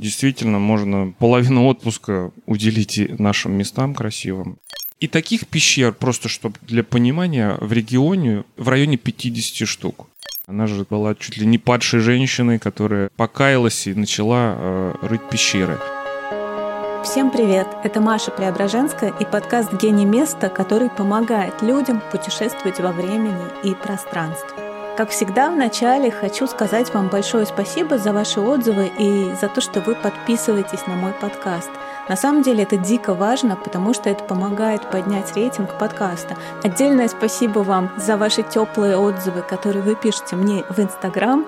действительно можно половину отпуска уделить и нашим местам красивым. И таких пещер, просто чтобы для понимания, в регионе в районе 50 штук. Она же была чуть ли не падшей женщиной, которая покаялась и начала рыть пещеры. Всем привет! Это Маша Преображенская и подкаст «Гений места», который помогает людям путешествовать во времени и пространстве. Как всегда, в начале хочу сказать вам большое спасибо за ваши отзывы и за то, что вы подписываетесь на мой подкаст. На самом деле это дико важно, потому что это помогает поднять рейтинг подкаста. Отдельное спасибо вам за ваши теплые отзывы, которые вы пишете мне в Instagram,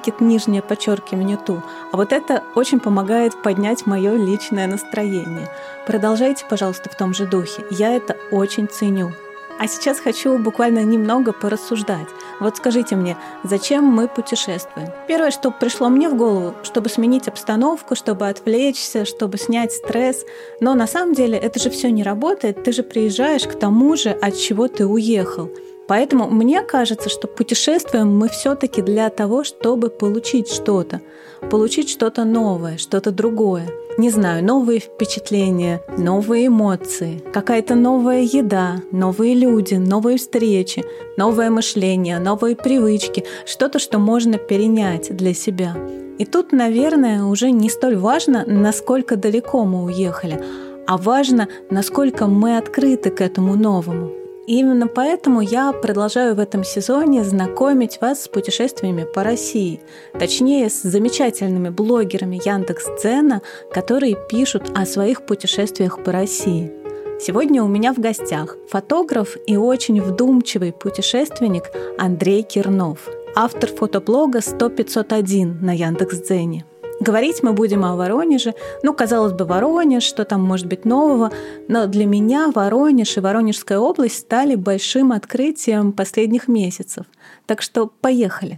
_ту. А вот это очень помогает поднять мое личное настроение. Продолжайте, пожалуйста, в том же духе. Я это очень ценю. А сейчас хочу буквально немного порассуждать. Вот скажите мне, зачем мы путешествуем? Первое, что пришло мне в голову, чтобы сменить обстановку, чтобы отвлечься, чтобы снять стресс. Но на самом деле это же все не работает. Ты же приезжаешь к тому же, от чего ты уехал. Поэтому мне кажется, что путешествуем мы все-таки для того, чтобы получить что-то новое, что-то другое. Не знаю, новые впечатления, новые эмоции, какая-то новая еда, новые люди, новые встречи, новое мышление, новые привычки, что-то, что можно перенять для себя. И тут, наверное, уже не столь важно, насколько далеко мы уехали, а важно, насколько мы открыты к этому новому. И именно поэтому я продолжаю в этом сезоне знакомить вас с путешествиями по России, точнее, с замечательными блогерами Яндекс.Дзена, которые пишут о своих путешествиях по России. Сегодня у меня в гостях фотограф и очень вдумчивый путешественник Андрей Кирнов, автор фотоблога «100-501» на Яндекс.Дзене. Говорить мы будем о Воронеже. Казалось бы, Воронеж, что там может быть нового? Но для меня Воронеж и Воронежская область стали большим открытием последних месяцев. Так что поехали.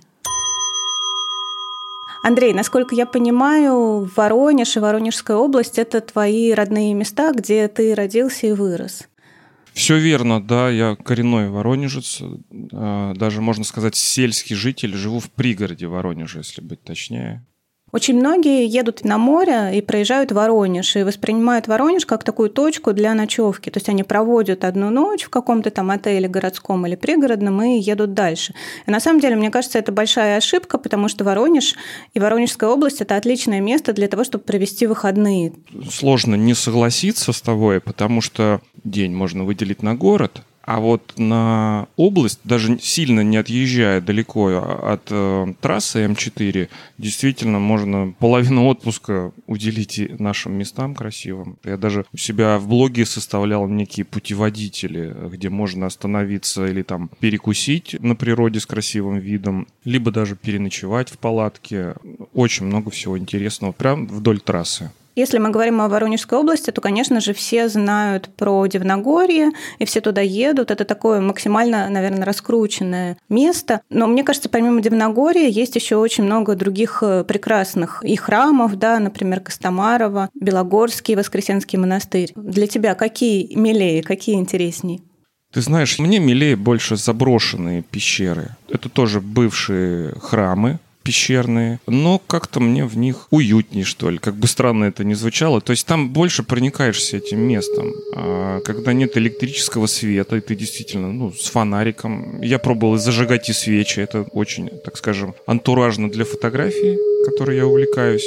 Андрей, насколько я понимаю, Воронеж и Воронежская область – это твои родные места, где ты родился и вырос. Все верно, да, я коренной воронежец, даже, можно сказать, сельский житель, живу в пригороде Воронежа, если быть точнее. Очень многие едут на море и проезжают в Воронеж, и воспринимают Воронеж как такую точку для ночевки. То есть они проводят одну ночь в каком-то там отеле городском или пригородном и едут дальше. И на самом деле, мне кажется, это большая ошибка, потому что Воронеж и Воронежская область – это отличное место для того, чтобы провести выходные. Сложно не согласиться с тобой, потому что день можно выделить на город, а вот на область, даже сильно не отъезжая далеко от трассы М4, действительно можно половину отпуска уделить и нашим местам красивым. Я даже у себя в блоге составлял некие путеводители, где можно остановиться или там перекусить на природе с красивым видом, либо даже переночевать в палатке. Очень много всего интересного прямо вдоль трассы. Если мы говорим о Воронежской области, то, конечно же, все знают про Дивногорье, и все туда едут. Это такое максимально, наверное, раскрученное место. Но мне кажется, помимо Дивногорья есть еще очень много других прекрасных и храмов, да, например, Костомарова, Белогорский, Воскресенский монастырь. Для тебя какие милее, какие интересней? Ты знаешь, мне милее больше заброшенные пещеры. Это тоже бывшие храмы пещерные, но как-то мне в них уютнее, что ли, как бы странно это ни звучало. То есть там больше проникаешься этим местом. А когда нет электрического света, и ты действительно, с фонариком. Я пробовал зажигать и свечи. Это очень, так скажем, антуражно для фотографии, которой я увлекаюсь.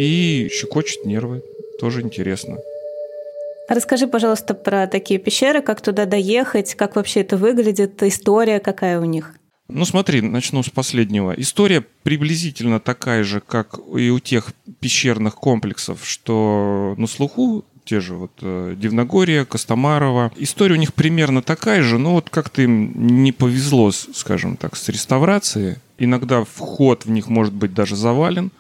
И щекочет нервы. Тоже интересно. Расскажи, пожалуйста, про такие пещеры, как туда доехать, как вообще это выглядит, история какая у них. Смотри, начну с последнего. История приблизительно такая же, как и у тех пещерных комплексов, что на слуху, те же Дивногорье, Костомарова. История у них примерно такая же, но как-то им не повезло, скажем так, с реставрацией. Иногда вход в них может быть даже завален.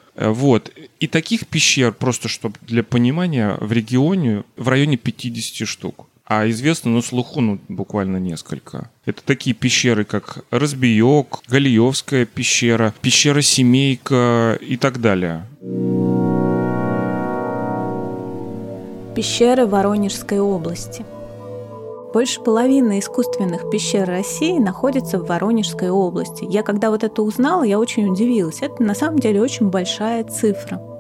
И таких пещер, просто чтобы для понимания, в регионе в районе 50 штук. А известно на слуху буквально несколько. Это такие пещеры, как Разбиёк, Галиевская пещера, пещера Семейка и так далее. Пещеры Воронежской области. Больше половины искусственных пещер России находится в Воронежской области. Я когда это узнала, я очень удивилась. Это на самом деле очень большая цифра.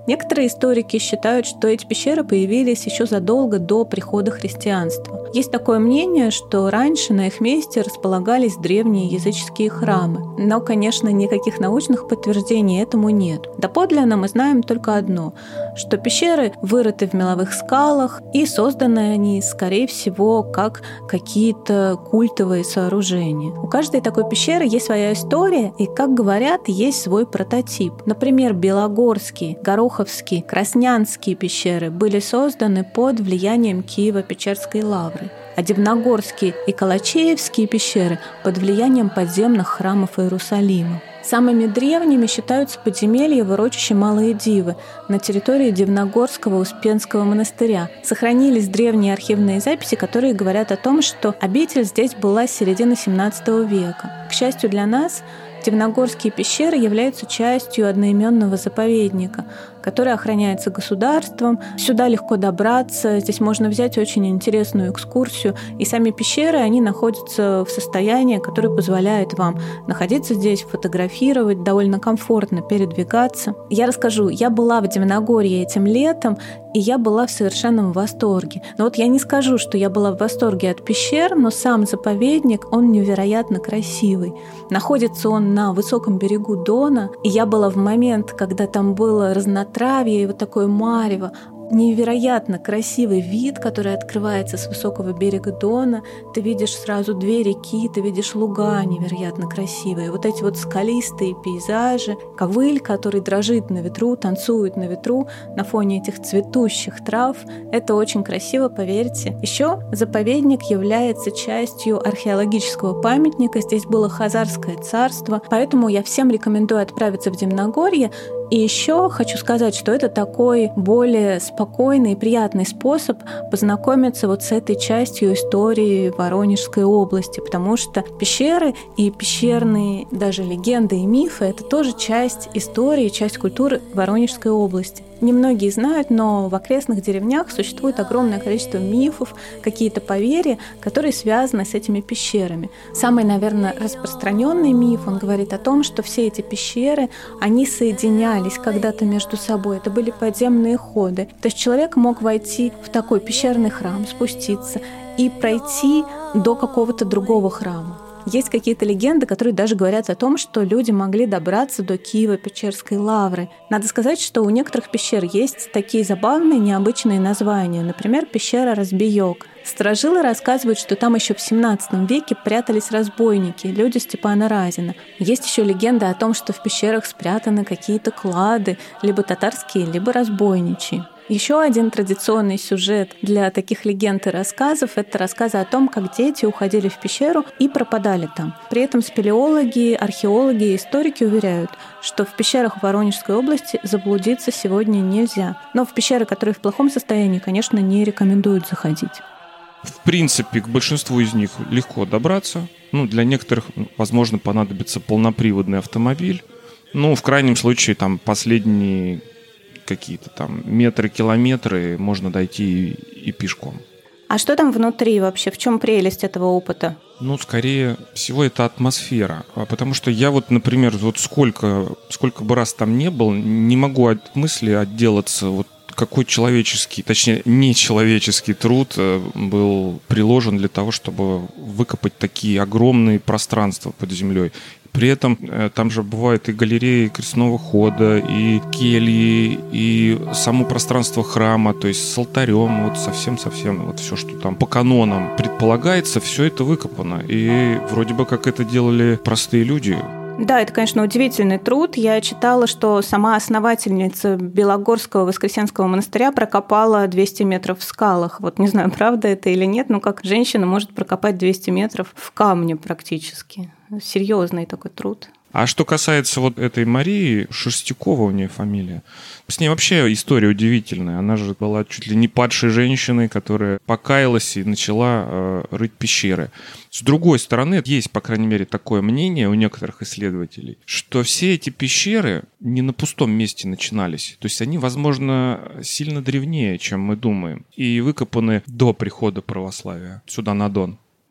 Некоторые историки считают, что эти пещеры появились еще задолго до прихода христианства. Есть такое мнение, что раньше на их месте располагались древние языческие храмы. Но, конечно, никаких научных подтверждений этому нет. Доподлинно мы знаем только одно, что пещеры вырыты в меловых скалах, и созданы они, скорее всего, как какие-то культовые сооружения. У каждой такой пещеры есть своя история, и, как говорят, есть свой прототип. Например, Белогорские, Гороховские, Краснянские пещеры были созданы под влиянием Киево-Печерской лавры, а Дивногорские и Калачеевские пещеры под влиянием подземных храмов Иерусалима. Самыми древними считаются подземелья в урочище Малые Дивы на территории Дивногорского Успенского монастыря. Сохранились древние архивные записи, которые говорят о том, что обитель здесь была с середины XVII века. К счастью для нас, Дивногорские пещеры являются частью одноименного заповедника, который охраняется государством. Сюда легко добраться, здесь можно взять очень интересную экскурсию. И сами пещеры, они находятся в состоянии, которое позволяет вам находиться здесь, фотографировать, довольно комфортно передвигаться. Я расскажу, я была в Дивногорье этим летом, и я была в совершенном восторге. Но вот я не скажу, что я была в восторге от пещер, но сам заповедник, он невероятно красивый. Находится он на высоком берегу Дона, и я была в момент, когда там было разнотравье и вот такое марево. Невероятно красивый вид, который открывается с высокого берега Дона. Ты видишь сразу две реки, ты видишь луга невероятно красивые. Вот эти вот скалистые пейзажи, ковыль, который дрожит на ветру, танцует на ветру на фоне этих цветущих трав. Это очень красиво, поверьте. Еще заповедник является частью археологического памятника. Здесь было Хазарское царство, поэтому я всем рекомендую отправиться в Дивногорье. И еще хочу сказать, что это такой более спокойный и приятный способ познакомиться вот с этой частью истории Воронежской области, потому что пещеры и пещерные даже легенды и мифы — это тоже часть истории, часть культуры Воронежской области. Немногие знают, но в окрестных деревнях существует огромное количество мифов, какие-то поверья, которые связаны с этими пещерами. Самый, наверное, распространенный миф, он говорит о том, что все эти пещеры, они соединялись когда-то между собой. Это были подземные ходы. То есть человек мог войти в такой пещерный храм, спуститься и пройти до какого-то другого храма. Есть какие-то легенды, которые даже говорят о том, что люди могли добраться до Киево-Печерской лавры. Надо сказать, что у некоторых пещер есть такие забавные, необычные названия. Например, пещера Разбиёк. Старожилы рассказывают, что там еще в XVII веке прятались разбойники, люди Степана Разина. Есть еще легенда о том, что в пещерах спрятаны какие-то клады, либо татарские, либо разбойничьи. Еще один традиционный сюжет для таких легенд и рассказов — это рассказы о том, как дети уходили в пещеру и пропадали там. При этом спелеологи, археологи и историки уверяют, что в пещерах Воронежской области заблудиться сегодня нельзя. Но в пещеры, которые в плохом состоянии, конечно, не рекомендуют заходить. В принципе, к большинству из них легко добраться. Для некоторых, возможно, понадобится полноприводный автомобиль. В крайнем случае, там последние какие-то там метры, километры можно дойти и пешком. А что там внутри вообще? В чем прелесть этого опыта? Скорее всего, это атмосфера. Потому что я например, сколько бы раз там не был, не могу от мысли отделаться, какой человеческий, точнее, нечеловеческий труд был приложен для того, чтобы выкопать такие огромные пространства под землей. При этом там же бывают и галереи крестного хода, и кельи, и само пространство храма, то есть с алтарем, совсем все, что там по канонам предполагается, все это выкопано. И вроде бы как это делали простые люди. Да, это, конечно, удивительный труд. Я читала, что сама основательница Белогорского Воскресенского монастыря прокопала 200 метров в скалах. Не знаю, правда это или нет, но как женщина может прокопать 200 метров в камне практически. Серьезный такой труд. А что касается этой Марии, Шерстюкова у нее фамилия, с ней вообще история удивительная. Она же была чуть ли не падшей женщиной, которая покаялась и начала рыть пещеры. С другой стороны, есть, по крайней мере, такое мнение у некоторых исследователей, что все эти пещеры не на пустом месте начинались. То есть они, возможно, сильно древнее, чем мы думаем, и выкопаны до прихода православия сюда на Дон.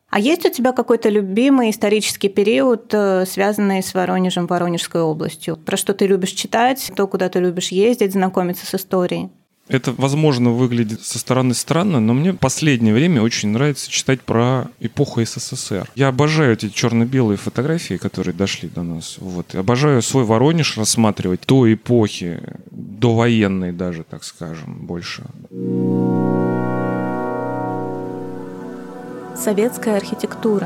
А есть у тебя какой-то любимый исторический период, связанный с Воронежем, Воронежской областью? Про что ты любишь читать, то, куда ты любишь ездить, знакомиться с историей? Это, возможно, выглядит со стороны странно, но мне в последнее время очень нравится читать про эпоху СССР. Я обожаю эти черно-белые фотографии, которые дошли до нас. Вот. Обожаю свой Воронеж рассматривать той эпохи, довоенной даже, так скажем, больше. Советская архитектура.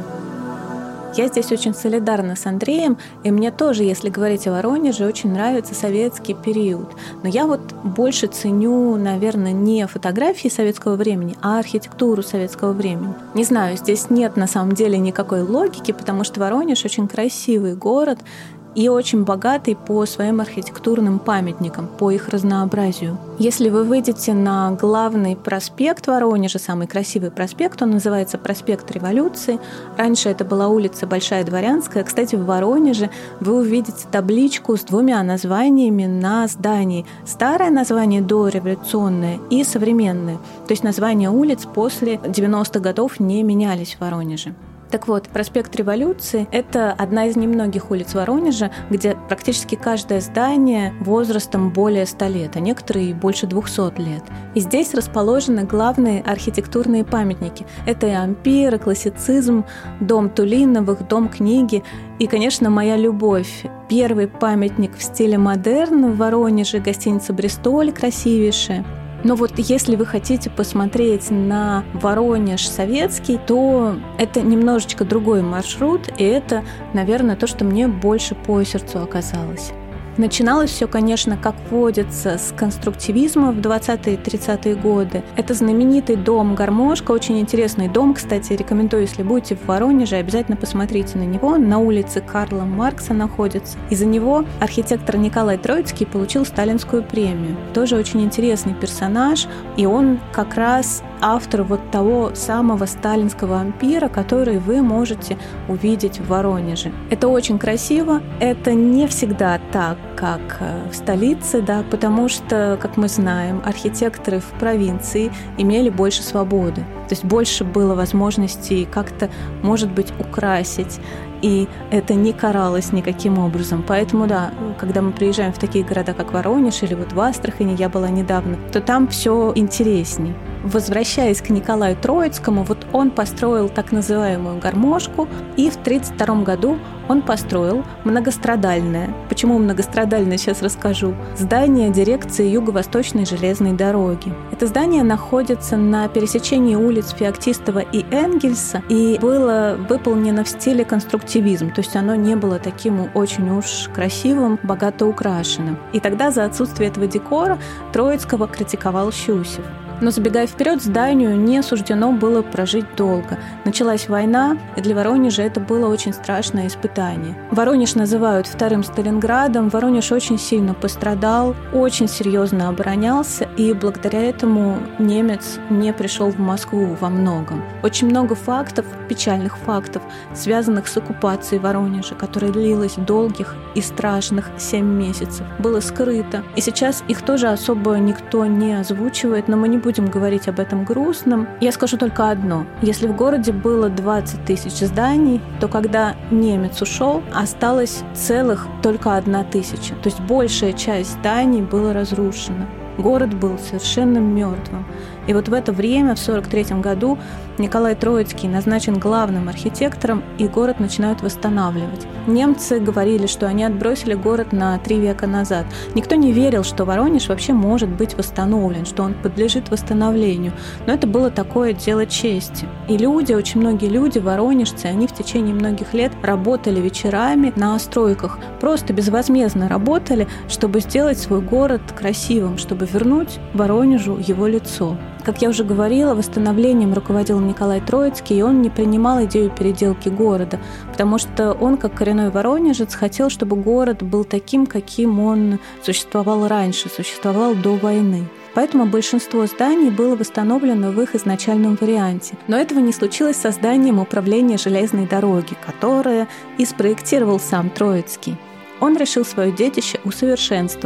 Я здесь очень солидарна с Андреем, и мне тоже, если говорить о Воронеже, очень нравится советский период. Но я вот больше ценю, наверное, не фотографии советского времени, а архитектуру советского времени. Не знаю, здесь нет на самом деле никакой логики, потому что Воронеж очень красивый город, и очень богатый по своим архитектурным памятникам, по их разнообразию. Если вы выйдете на главный проспект Воронежа, самый красивый проспект, он называется проспект Революции. Раньше это была улица Большая Дворянская. Кстати, в Воронеже вы увидите табличку с 2 названиями на здании. Старое название дореволюционное и современное. То есть названия улиц после 90-х годов не менялись в Воронеже. Так вот, проспект Революции – это одна из немногих улиц Воронежа, где практически каждое здание возрастом более 100 лет, а некоторые и больше 200 лет. И здесь расположены главные архитектурные памятники. Это и ампир, и классицизм, дом Тулиновых, дом книги и, конечно, моя любовь. Первый памятник в стиле модерн в Воронеже, гостиница «Бристоль», красивейшая. Но вот если вы хотите посмотреть на Воронеж советский, то это немножечко другой маршрут, и это, наверное, то, что мне больше по сердцу оказалось. Начиналось все, конечно, как водится, с конструктивизма в 20-е и 30-е годы. Это знаменитый дом «Гармошка», очень интересный дом, кстати, рекомендую, если будете в Воронеже, обязательно посмотрите на него. На улице Карла Маркса находится. И за него архитектор Николай Троицкий получил сталинскую премию. Тоже очень интересный персонаж, и он как раз автор вот того самого сталинского ампира, который вы можете увидеть в Воронеже. Это очень красиво, это не всегда так, как в столице, да, потому что, как мы знаем, архитекторы в провинции имели больше свободы, то есть больше было возможностей как-то, может быть, украсить, и это не каралось никаким образом. Поэтому, да, когда мы приезжаем в такие города, как Воронеж или вот в Астрахани, я была недавно, то там все интересней. Возвращаясь к Николаю Троицкому, вот он построил так называемую «Гармошку», и в 1932 году он построил многострадальное. Почему многострадальное, сейчас расскажу. Здание дирекции Юго-Восточной железной дороги. Это здание находится на пересечении улиц Феоктистова и Энгельса и было выполнено в стиле конструктивизм, то есть оно не было таким очень уж красивым, богато украшенным. И тогда за отсутствие этого декора Троицкого критиковал Щусев. Но, забегая вперед, зданию не суждено было прожить долго. Началась война, и для Воронежа это было очень страшное испытание. Воронеж называют вторым Сталинградом. Воронеж очень сильно пострадал, очень серьезно оборонялся, и благодаря этому немец не пришел в Москву во многом. Очень много фактов, печальных фактов, связанных с оккупацией Воронежа, которая длилась долгих и страшных 7 месяцев, было скрыто. И сейчас их тоже особо никто не озвучивает, но мы не будем говорить об этом грустном. Я скажу только одно. Если в городе было 20 тысяч зданий, то когда немец ушел, осталось целых только 1 тысяча. То есть большая часть зданий была разрушена. Город был совершенно мертвым. И вот в это время, в 1943 году, Николай Троицкий назначен главным архитектором, и город начинают восстанавливать. Немцы говорили, что они отбросили город на 3 века назад. Никто не верил, что Воронеж вообще может быть восстановлен, что он подлежит восстановлению. Но это было такое дело чести. И люди, очень многие люди, воронежцы, они в течение многих лет работали вечерами на стройках. Просто безвозмездно работали, чтобы сделать свой город красивым, чтобы вернуть Воронежу его лицо. Как я уже говорила, восстановлением руководил Николай Троицкий, и он не принимал идею переделки города, потому что он, как коренной воронежец, хотел, чтобы город был таким, каким он существовал раньше, существовал до войны. Поэтому большинство зданий было восстановлено в их изначальном варианте. Но этого не случилось с созданием управления железной дороги, которое и спроектировал сам Троицкий. Он решил свое детище усовершенствовать.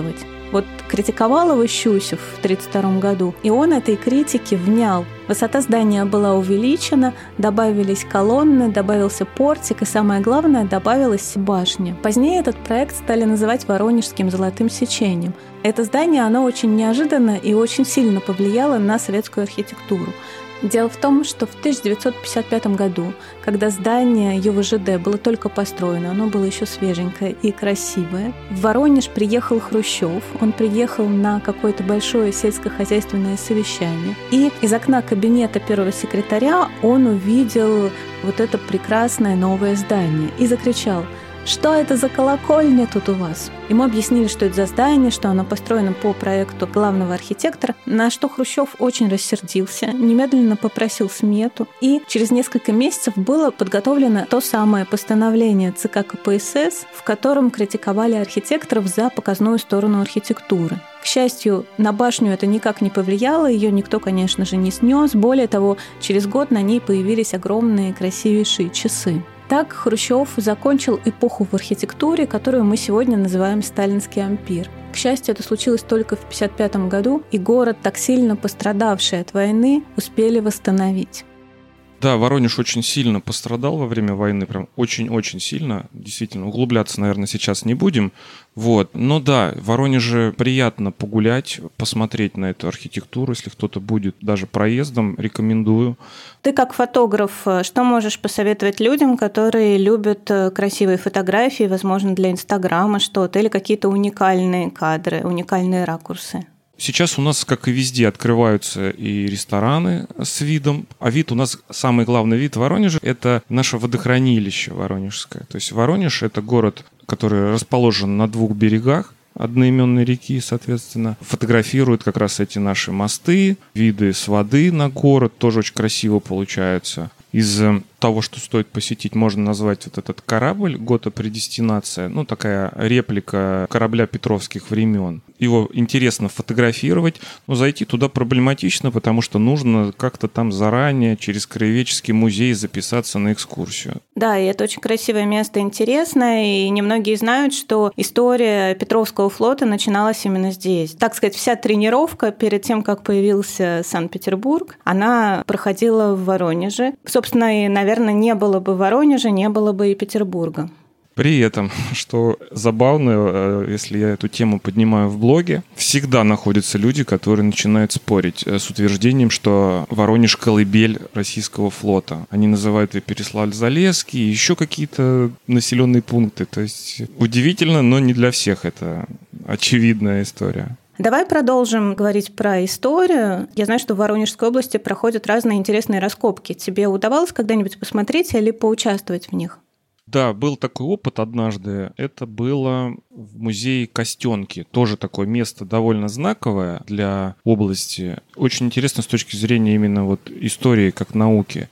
Вот критиковал его Щусев в 1932 году, и он этой критике внял. Высота здания была увеличена, добавились колонны, добавился портик, и самое главное, добавилась башня. Позднее этот проект стали называть Воронежским золотым сечением. Это здание, оно очень неожиданно и очень сильно повлияло на советскую архитектуру. Дело в том, что в 1955 году, когда здание ЮВЖД было только построено, оно было еще свеженькое и красивое, в Воронеж приехал Хрущев, он приехал на какое-то большое сельскохозяйственное совещание, и из окна кабинета первого секретаря он увидел вот это прекрасное новое здание и закричал: «Что это за колокольня тут у вас?» Ему объяснили, что это за здание, что оно построено по проекту главного архитектора, на что Хрущев очень рассердился, немедленно попросил смету, и через несколько месяцев было подготовлено то самое постановление ЦК КПСС, в котором критиковали архитекторов за показную сторону архитектуры. К счастью, на башню это никак не повлияло, ее никто, конечно же, не снес. Более того, через год на ней появились огромные красивейшие часы. Так Хрущев закончил эпоху в архитектуре, которую мы сегодня называем «Сталинский ампир». К счастью, это случилось только в 1955 году, и город, так сильно пострадавший от войны, успели восстановить. Да, Воронеж очень сильно пострадал во время войны, прям очень-очень сильно. Действительно, углубляться, наверное, сейчас не будем. Вот. Но да, в Воронеже приятно погулять, посмотреть на эту архитектуру. Если кто-то будет даже проездом, рекомендую. Ты как фотограф, что можешь посоветовать людям, которые любят красивые фотографии, возможно, для Инстаграма что-то, или какие-то уникальные кадры, уникальные ракурсы? Сейчас у нас, как и везде, открываются и рестораны с видом. А вид у нас, самый главный вид в Воронеже, это наше водохранилище воронежское. То есть Воронеж – это город, который расположен на 2 берегах одноименной реки, соответственно. Фотографируют как раз эти наши мосты, виды с воды на город, тоже очень красиво получается. Из того, что стоит посетить, можно назвать вот этот корабль «Гота Предестинация», ну, такая реплика корабля петровских времен. Его интересно фотографировать, но зайти туда проблематично, потому что нужно как-то там заранее через Краеведческий музей записаться на экскурсию. Да, и это очень красивое место, интересное, и немногие знают, что история Петровского флота начиналась именно здесь. Так сказать, вся тренировка перед тем, как появился Санкт-Петербург, она проходила в Воронеже. Собственно, и, наверное, не было бы Воронежа, не было бы и Петербурга. При этом, что забавно, если я эту тему поднимаю в блоге, всегда находятся люди, которые начинают спорить с утверждением, что Воронеж – колыбель российского флота. Они называют ее Переславль-Залесский и еще какие-то населенные пункты. То есть удивительно, но не для всех это очевидная история. Давай продолжим говорить про историю. Я знаю, что в Воронежской области проходят разные интересные раскопки. Тебе удавалось когда-нибудь посмотреть или поучаствовать в них? Да, был такой опыт однажды. Это было в музее Костенки. Тоже такое место довольно знаковое для области. Очень интересно с точки зрения именно вот истории как науки.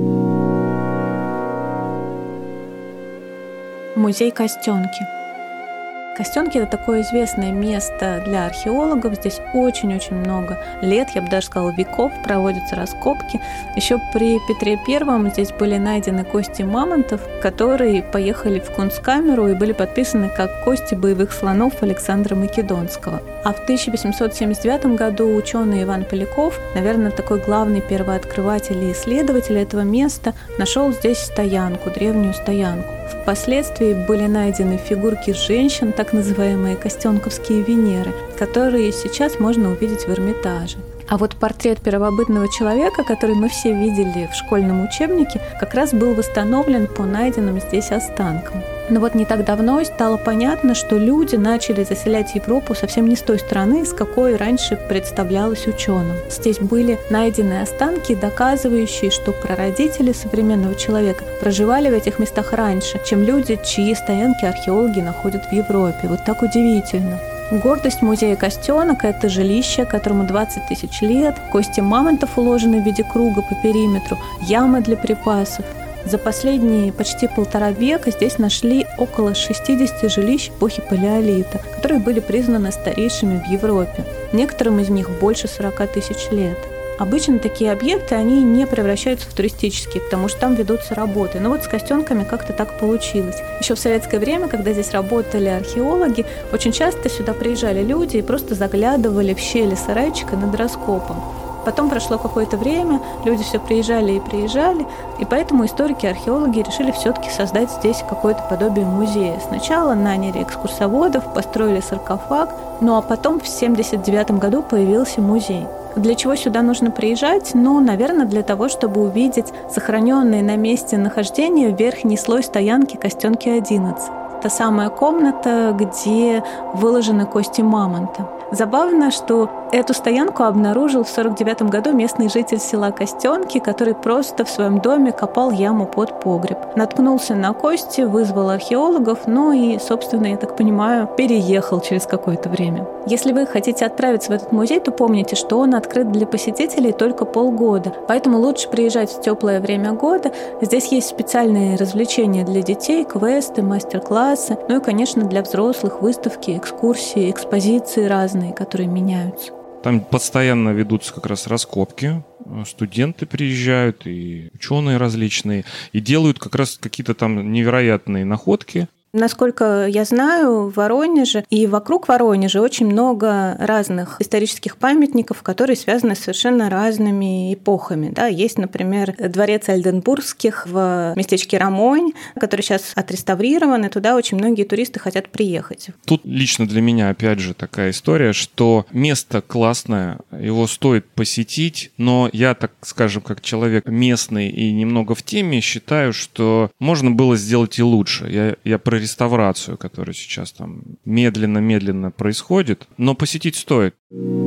Музей Костенки. Костенки – это такое известное место для археологов. Здесь очень-очень много лет, я бы даже сказала, веков проводятся раскопки. Еще при Петре I здесь были найдены кости мамонтов, которые поехали в Кунсткамеру и были подписаны как кости боевых слонов Александра Македонского. А в 1879 году ученый Иван Поляков, наверное, такой главный первооткрыватель и исследователь этого места, нашел здесь стоянку, древнюю стоянку. Впоследствии были найдены фигурки женщин, так называемые костенковские Венеры, которые сейчас можно увидеть в Эрмитаже. А вот портрет первобытного человека, который мы все видели в школьном учебнике, как раз был восстановлен по найденным здесь останкам. Но вот не так давно стало понятно, что люди начали заселять Европу совсем не с той стороны, с какой раньше представлялось ученым. Здесь были найдены останки, доказывающие, что прародители современного человека проживали в этих местах раньше, чем люди, чьи стоянки археологи находят в Европе. Вот так удивительно. Гордость музея Костенок – это жилище, которому 20 тысяч лет, кости мамонтов уложены в виде круга по периметру, ямы для припасов. За последние почти 1,5 века здесь нашли около 60 жилищ эпохи Палеолита, которые были признаны старейшими в Европе. Некоторым из них больше 40 тысяч лет. Обычно такие объекты, они не превращаются в туристические, потому что там ведутся работы. Но вот с Костенками как-то так получилось. Еще в советское время, когда здесь работали археологи, очень часто сюда приезжали люди и просто заглядывали в щели сарайчика над раскопом. Потом прошло какое-то время, люди все приезжали и приезжали, и поэтому историки и археологи решили все-таки создать здесь какое-то подобие музея. Сначала наняли экскурсоводов, построили саркофаг, ну а потом в 1979 году появился музей. Для чего сюда нужно приезжать? Ну, наверное, для того, чтобы увидеть сохраненный на месте нахождения верхний слой стоянки Костенки-11. Та самая комната, где выложены кости мамонта. Забавно, что эту стоянку обнаружил в 1949 году местный житель села Костенки, который просто в своем доме копал яму под погреб. Наткнулся на кости, вызвал археологов, ну и, собственно, я так понимаю, переехал через какое-то время. Если вы хотите отправиться в этот музей, то помните, что он открыт для посетителей только полгода, поэтому лучше приезжать в теплое время года. Здесь есть специальные развлечения для детей, квесты, мастер-классы, ну и, конечно, для взрослых выставки, экскурсии, экспозиции разные, которые меняются. Там постоянно ведутся как раз раскопки, студенты приезжают и ученые различные, и делают как раз какие-то там невероятные находки. Насколько я знаю, в Воронеже и вокруг Воронежа очень много разных исторических памятников, которые связаны с совершенно разными эпохами. Да, есть, например, дворец Ольденбургских в местечке Ромонь, который сейчас отреставрирован, и туда очень многие туристы хотят приехать. Тут лично для меня, опять же, такая история, что место классное, его стоит посетить, но я, так скажем, как человек местный и немного в теме, считаю, что можно было сделать и лучше. Я про реставрацию, которая сейчас там медленно-медленно происходит, но посетить стоит.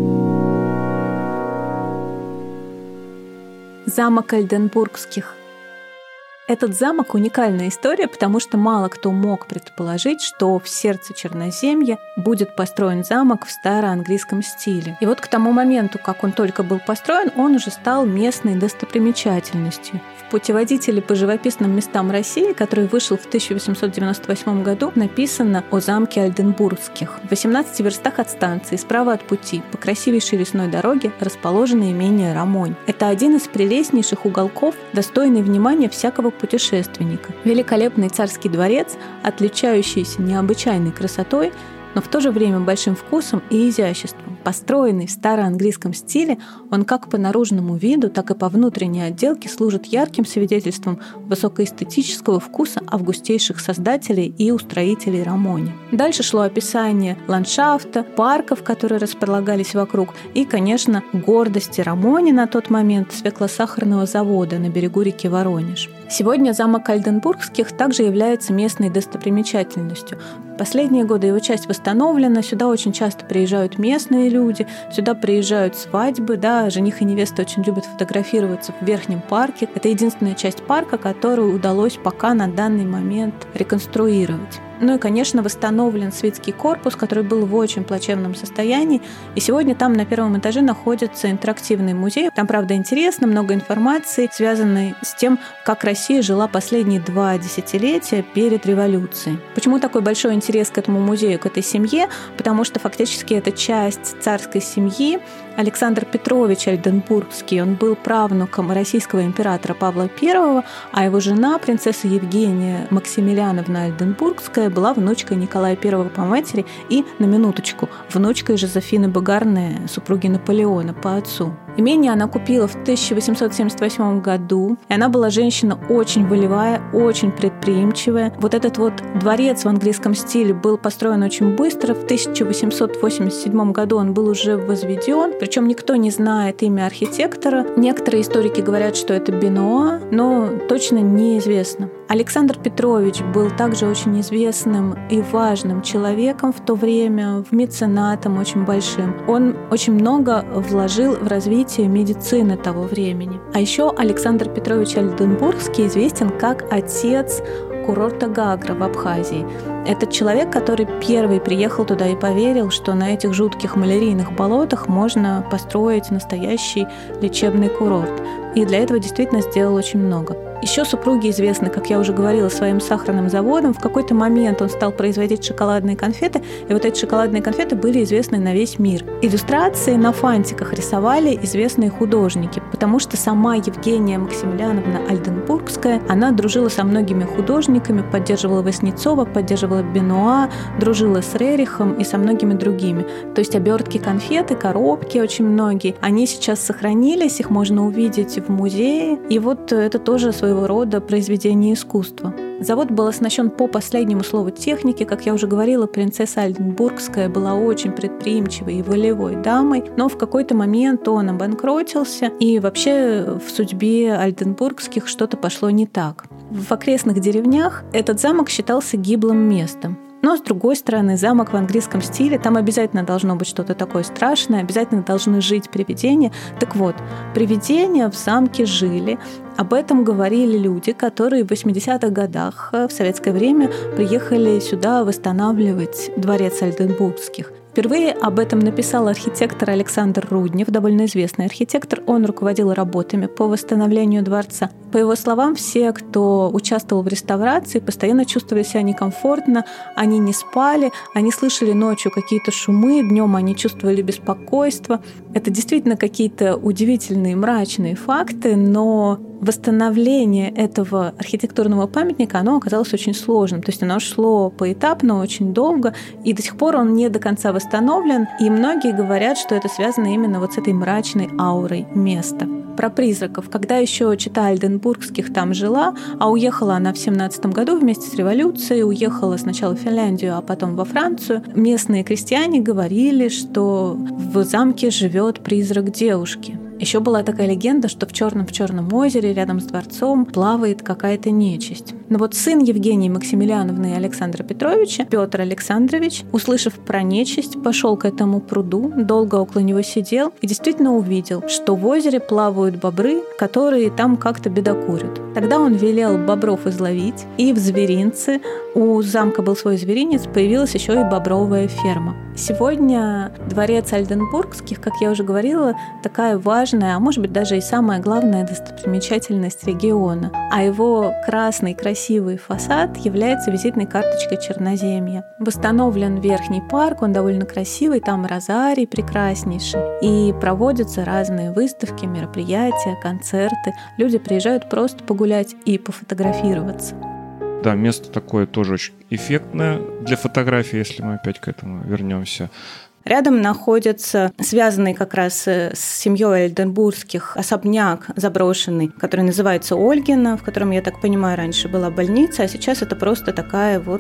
Замок Ольденбургских. Этот замок — уникальная история, потому что мало кто мог предположить, что в сердце Черноземья будет построен замок в староанглийском стиле. И вот к тому моменту, как он только был построен, он уже стал местной достопримечательностью. В путеводителе по живописным местам России, который вышел в 1898 году, написано о замке Ольденбургских. В 18 верстах от станции, справа от пути, по красивейшей лесной дороге, расположено имение Ромонь. Это один из прелестнейших уголков, достойный внимания всякого путешественника. Великолепный царский дворец, отличающийся необычайной красотой, но в то же время большим вкусом и изяществом. Построенный в староанглийском стиле, он как по наружному виду, так и по внутренней отделке служит ярким свидетельством высокоэстетического вкуса августейших создателей и устроителей Ромони. Дальше шло описание ландшафта, парков, которые располагались вокруг, и, конечно, гордости Ромони на тот момент свеклосахарного завода на берегу реки Воронеж. Сегодня замок Ольденбургских также является местной достопримечательностью. В последние годы его часть восстановлена, сюда очень часто приезжают местные люди, сюда приезжают свадьбы, да, жених и невеста очень любят фотографироваться в верхнем парке. Это единственная часть парка, которую удалось пока на данный момент реконструировать. Ну и, конечно, восстановлен Свитский корпус, который был в очень плачевном состоянии. И сегодня там на первом этаже находится интерактивный музей. Там, правда, интересно, много информации, связанной с тем, как Россия жила последние 2 десятилетия перед революцией. Почему такой большой интерес к этому музею, к этой семье? Потому что фактически это часть царской семьи. Александр Петрович Ольденбургский, он был правнуком российского императора Павла I, а его жена, принцесса Евгения Максимилиановна Ольденбургская, была внучкой Николая I по матери и, на минуточку, внучкой Жозефины Багарне, супруги Наполеона по отцу. Имение она купила в 1878 году, и она была женщина очень волевая, очень предприимчивая. Вот этот вот дворец в английском стиле был построен очень быстро. В 1887 году он был уже возведен, причем никто не знает имя архитектора. Некоторые историки говорят, что это Бенуа, но точно неизвестно. Александр Петрович был также очень известным и важным человеком в то время, меценатом очень большим. Он очень много вложил в развитие медицины того времени. А еще Александр Петрович Ольденбургский известен как отец курорта Гагра в Абхазии. Это человек, который первый приехал туда и поверил, что на этих жутких малярийных болотах можно построить настоящий лечебный курорт. И для этого действительно сделал очень много. Еще супруги известны, как я уже говорила, своим сахарным заводом. В какой-то момент он стал производить шоколадные конфеты, и вот эти шоколадные конфеты были известны на весь мир. Иллюстрации на фантиках рисовали известные художники, потому что сама Евгения Максимилиановна Ольденбургская, она дружила со многими художниками, поддерживала Васнецова, поддерживала Бенуа, дружила с Рерихом и со многими другими. То есть обертки конфеты, коробки очень многие, они сейчас сохранились, их можно увидеть в музее, и вот это тоже своего рода произведение искусства. Завод был оснащен по последнему слову техники. Как я уже говорила, принцесса Ольденбургская была очень предприимчивой и волевой дамой, но в какой-то момент он обанкротился, и вообще в судьбе Ольденбургских что-то пошло не так. В окрестных деревнях этот замок считался гиблым местом. Но, с другой стороны, замок в английском стиле, там обязательно должно быть что-то такое страшное, обязательно должны жить привидения. Так вот, привидения в замке жили. Об этом говорили люди, которые в 80-х годах в советское время приехали сюда восстанавливать дворец Ольденбургских. Впервые об этом написал архитектор Александр Руднев, довольно известный архитектор. Он руководил работами по восстановлению дворца. По его словам, все, кто участвовал в реставрации, постоянно чувствовали себя некомфортно, они не спали, они слышали ночью какие-то шумы, днем они чувствовали беспокойство. Это действительно какие-то удивительные мрачные факты, но восстановление этого архитектурного памятника, оно оказалось очень сложным. То есть оно шло поэтапно, очень долго, и до сих пор он не до конца восстановлен. И многие говорят, что это связано именно вот с этой мрачной аурой места. Про призраков. Когда еще чета Ольденбургских там жила, а уехала она в 17 году вместе с революцией, уехала сначала в Финляндию, а потом во Францию, местные крестьяне говорили, что в замке живет призрак девушки. Еще была такая легенда, что в Черном озере рядом с дворцом плавает какая-то нечисть. Но вот сын Евгении Максимилиановны и Александра Петровича, Петр Александрович, услышав про нечисть, пошел к этому пруду, долго около него сидел и действительно увидел, что в озере плавают бобры, которые там как-то бедокурят. Тогда он велел бобров изловить, и в зверинце, у замка был свой зверинец, появилась еще и бобровая ферма. Сегодня дворец Ольденбургских, как я уже говорила, такая важная, а может быть даже и самая главная достопримечательность региона. А его красный красивый фасад является визитной карточкой Черноземья. Восстановлен верхний парк, он довольно красивый, там розарий прекраснейший. И проводятся разные выставки, мероприятия, концерты. Люди приезжают просто погулять и пофотографироваться. Да, место такое тоже очень эффектное для фотографии, если мы опять к этому вернемся. Рядом находится связанный как раз с семьей Ольденбургских особняк заброшенный, который называется Ольгино, в котором, я так понимаю, раньше была больница, а сейчас это просто такая вот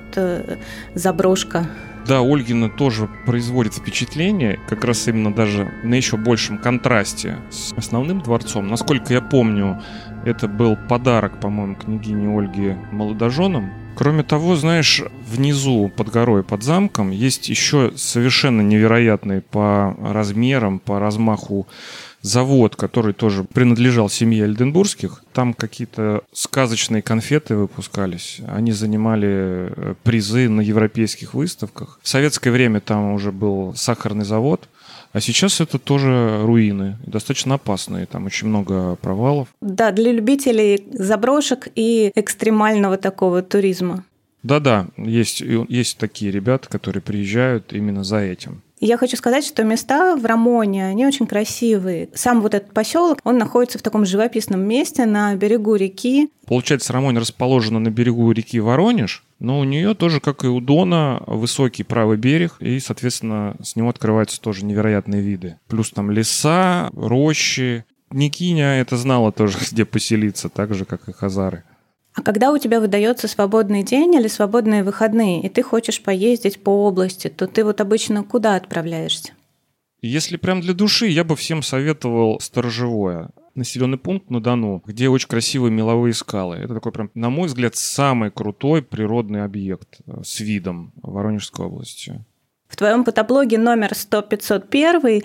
заброшка. Да, Ольгино тоже производит впечатление, как раз именно даже на еще большем контрасте с основным дворцом. Насколько я помню, это был подарок, по-моему, княгине Ольги молодоженам. Кроме того, знаешь, внизу, под горой, под замком, есть еще совершенно невероятный по размерам, по размаху завод, который тоже принадлежал семье Ольденбургских. Там какие-то сказочные конфеты выпускались. Они занимали призы на европейских выставках. В советское время там уже был сахарный завод. А сейчас это тоже руины, достаточно опасные, там очень много провалов. Да, для любителей заброшек и экстремального такого туризма. Да-да, есть такие ребята, которые приезжают именно за этим. Я хочу сказать, что места в Рамоне, они очень красивые. Сам вот этот поселок, он находится в таком живописном месте на берегу реки. Получается, Рамонь расположена на берегу реки Воронеж, но у нее тоже, как и у Дона, высокий правый берег, и, соответственно, с него открываются тоже невероятные виды. Плюс там леса, рощи. Княгиня это знала тоже, где поселиться, так же, как и хазары. А когда у тебя выдается свободный день или свободные выходные, и ты хочешь поездить по области, то ты вот обычно куда отправляешься? Если прям для души, я бы всем советовал Сторожевое. Населенный пункт на Дону, где очень красивые меловые скалы. Это такой прям, на мой взгляд, самый крутой природный объект с видом Воронежской области. В твоем фотоблоге номер 100-501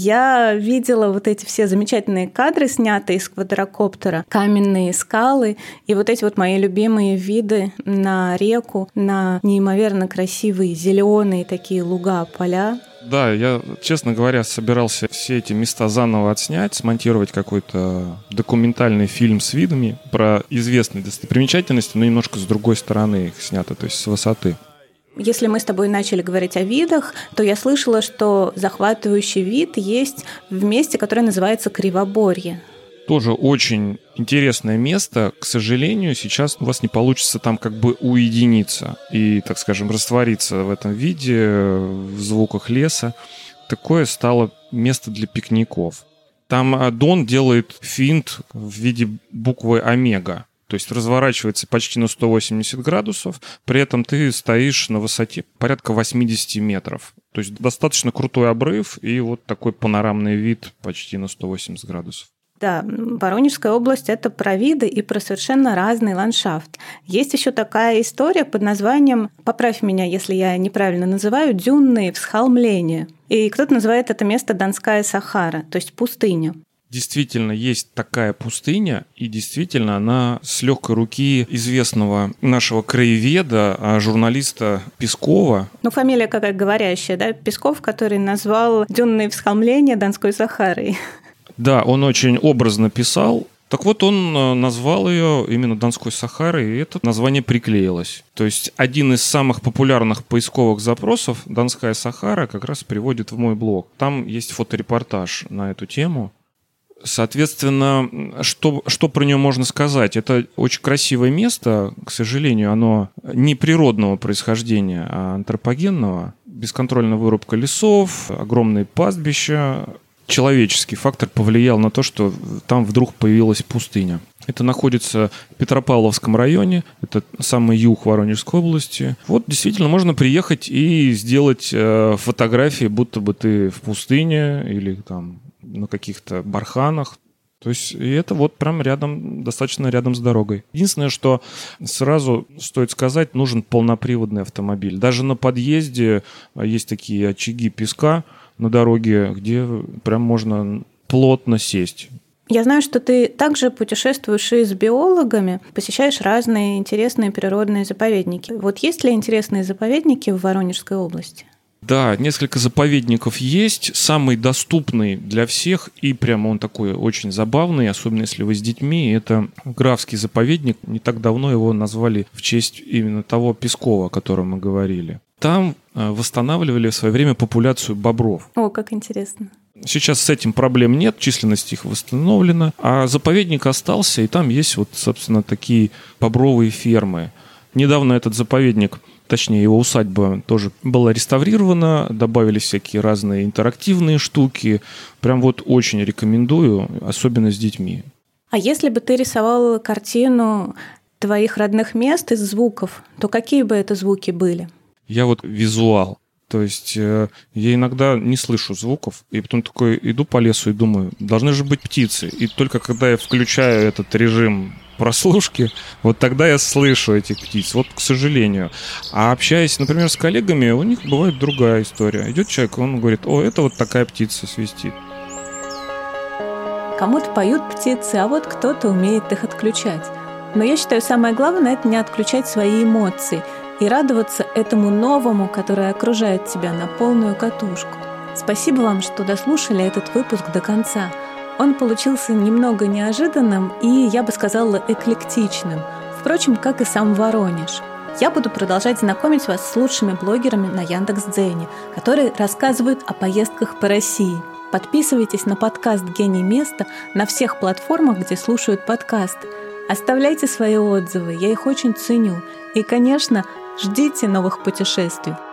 я видела вот эти все замечательные кадры, снятые из квадрокоптера, каменные скалы и вот эти вот мои любимые виды на реку, на неимоверно красивые зеленые такие луга, поля. Да, я, честно говоря, собирался все эти места заново отснять, смонтировать какой-то документальный фильм с видами про известные достопримечательности, но немножко с другой стороны их снято, то есть с высоты. Если мы с тобой начали говорить о видах, то я слышала, что захватывающий вид есть в месте, которое называется Кривоборье. Тоже очень интересное место. К сожалению, сейчас у вас не получится там как бы уединиться и, так скажем, раствориться в этом виде, в звуках леса. Такое стало место для пикников. Там Дон делает финт в виде буквы омега. То есть разворачивается почти на 180 градусов, при этом ты стоишь на высоте порядка 80 метров. То есть достаточно крутой обрыв и вот такой панорамный вид почти на 180 градусов. Да, Воронежская область – это про виды и про совершенно разный ландшафт. Есть еще такая история под названием, поправь меня, если я неправильно называю, дюнные всхолмления. И кто-то называет это место Донская Сахара, то есть пустыня. Действительно, есть такая пустыня, и действительно она с легкой руки известного нашего краеведа, журналиста Пескова. Ну, фамилия какая говорящая, да? Песков, который назвал дюнные всхолмления Донской Сахарой. Да, он очень образно писал. Так вот, он назвал ее именно Донской Сахарой, и это название приклеилось. То есть один из самых популярных поисковых запросов «Донская Сахара» как раз приводит в мой блог. Там есть фоторепортаж на эту тему. Соответственно, что про нее можно сказать? Это очень красивое место. К сожалению, оно не природного происхождения, а антропогенного. Бесконтрольная вырубка лесов, огромные пастбища. Человеческий фактор повлиял на то, что там вдруг появилась пустыня. Это находится в Петропавловском районе, это самый юг Воронежской области. Вот действительно можно приехать и сделать фотографии, будто бы ты в пустыне или там на каких-то барханах. То есть и это вот прям рядом, достаточно рядом с дорогой. Единственное, что сразу стоит сказать, нужен полноприводный автомобиль. Даже на подъезде есть такие очаги песка на дороге, где прям можно плотно сесть. Я знаю, что ты также путешествуешь и с биологами, посещаешь разные интересные природные заповедники. Вот есть ли интересные заповедники в Воронежской области? Да, несколько заповедников есть. Самый доступный для всех и прямо он такой очень забавный, особенно если вы с детьми, это Графский заповедник. Не так давно его назвали в честь именно того Пескова, о котором мы говорили. Там восстанавливали в свое время популяцию бобров. О, как интересно. Сейчас с этим проблем нет, численность их восстановлена, а заповедник остался, и там есть вот, собственно, такие бобровые фермы. Недавно этот заповедник, точнее его усадьба, тоже была реставрирована, добавились всякие разные интерактивные штуки. Прям вот очень рекомендую, особенно с детьми. А если бы ты рисовал картину твоих родных мест из звуков, то какие бы это звуки были? Я вот визуал. То есть я иногда не слышу звуков, и потом такой иду по лесу и думаю, должны же быть птицы. И только когда я включаю этот режим прослушки, вот тогда я слышу этих птиц. Вот, к сожалению. А общаясь, например, с коллегами, у них бывает другая история. Идет человек, он говорит, о, это вот такая птица свистит. Кому-то поют птицы, а вот кто-то умеет их отключать. Но я считаю, самое главное – это не отключать свои эмоции и радоваться этому новому, которое окружает тебя, на полную катушку. Спасибо вам, что дослушали этот выпуск до конца. Он получился немного неожиданным и, я бы сказала, эклектичным. Впрочем, как и сам Воронеж. Я буду продолжать знакомить вас с лучшими блогерами на Яндекс.Дзене, которые рассказывают о поездках по России. Подписывайтесь на подкаст «Гений места» на всех платформах, где слушают подкасты. Оставляйте свои отзывы, я их очень ценю. И, конечно, ждите новых путешествий.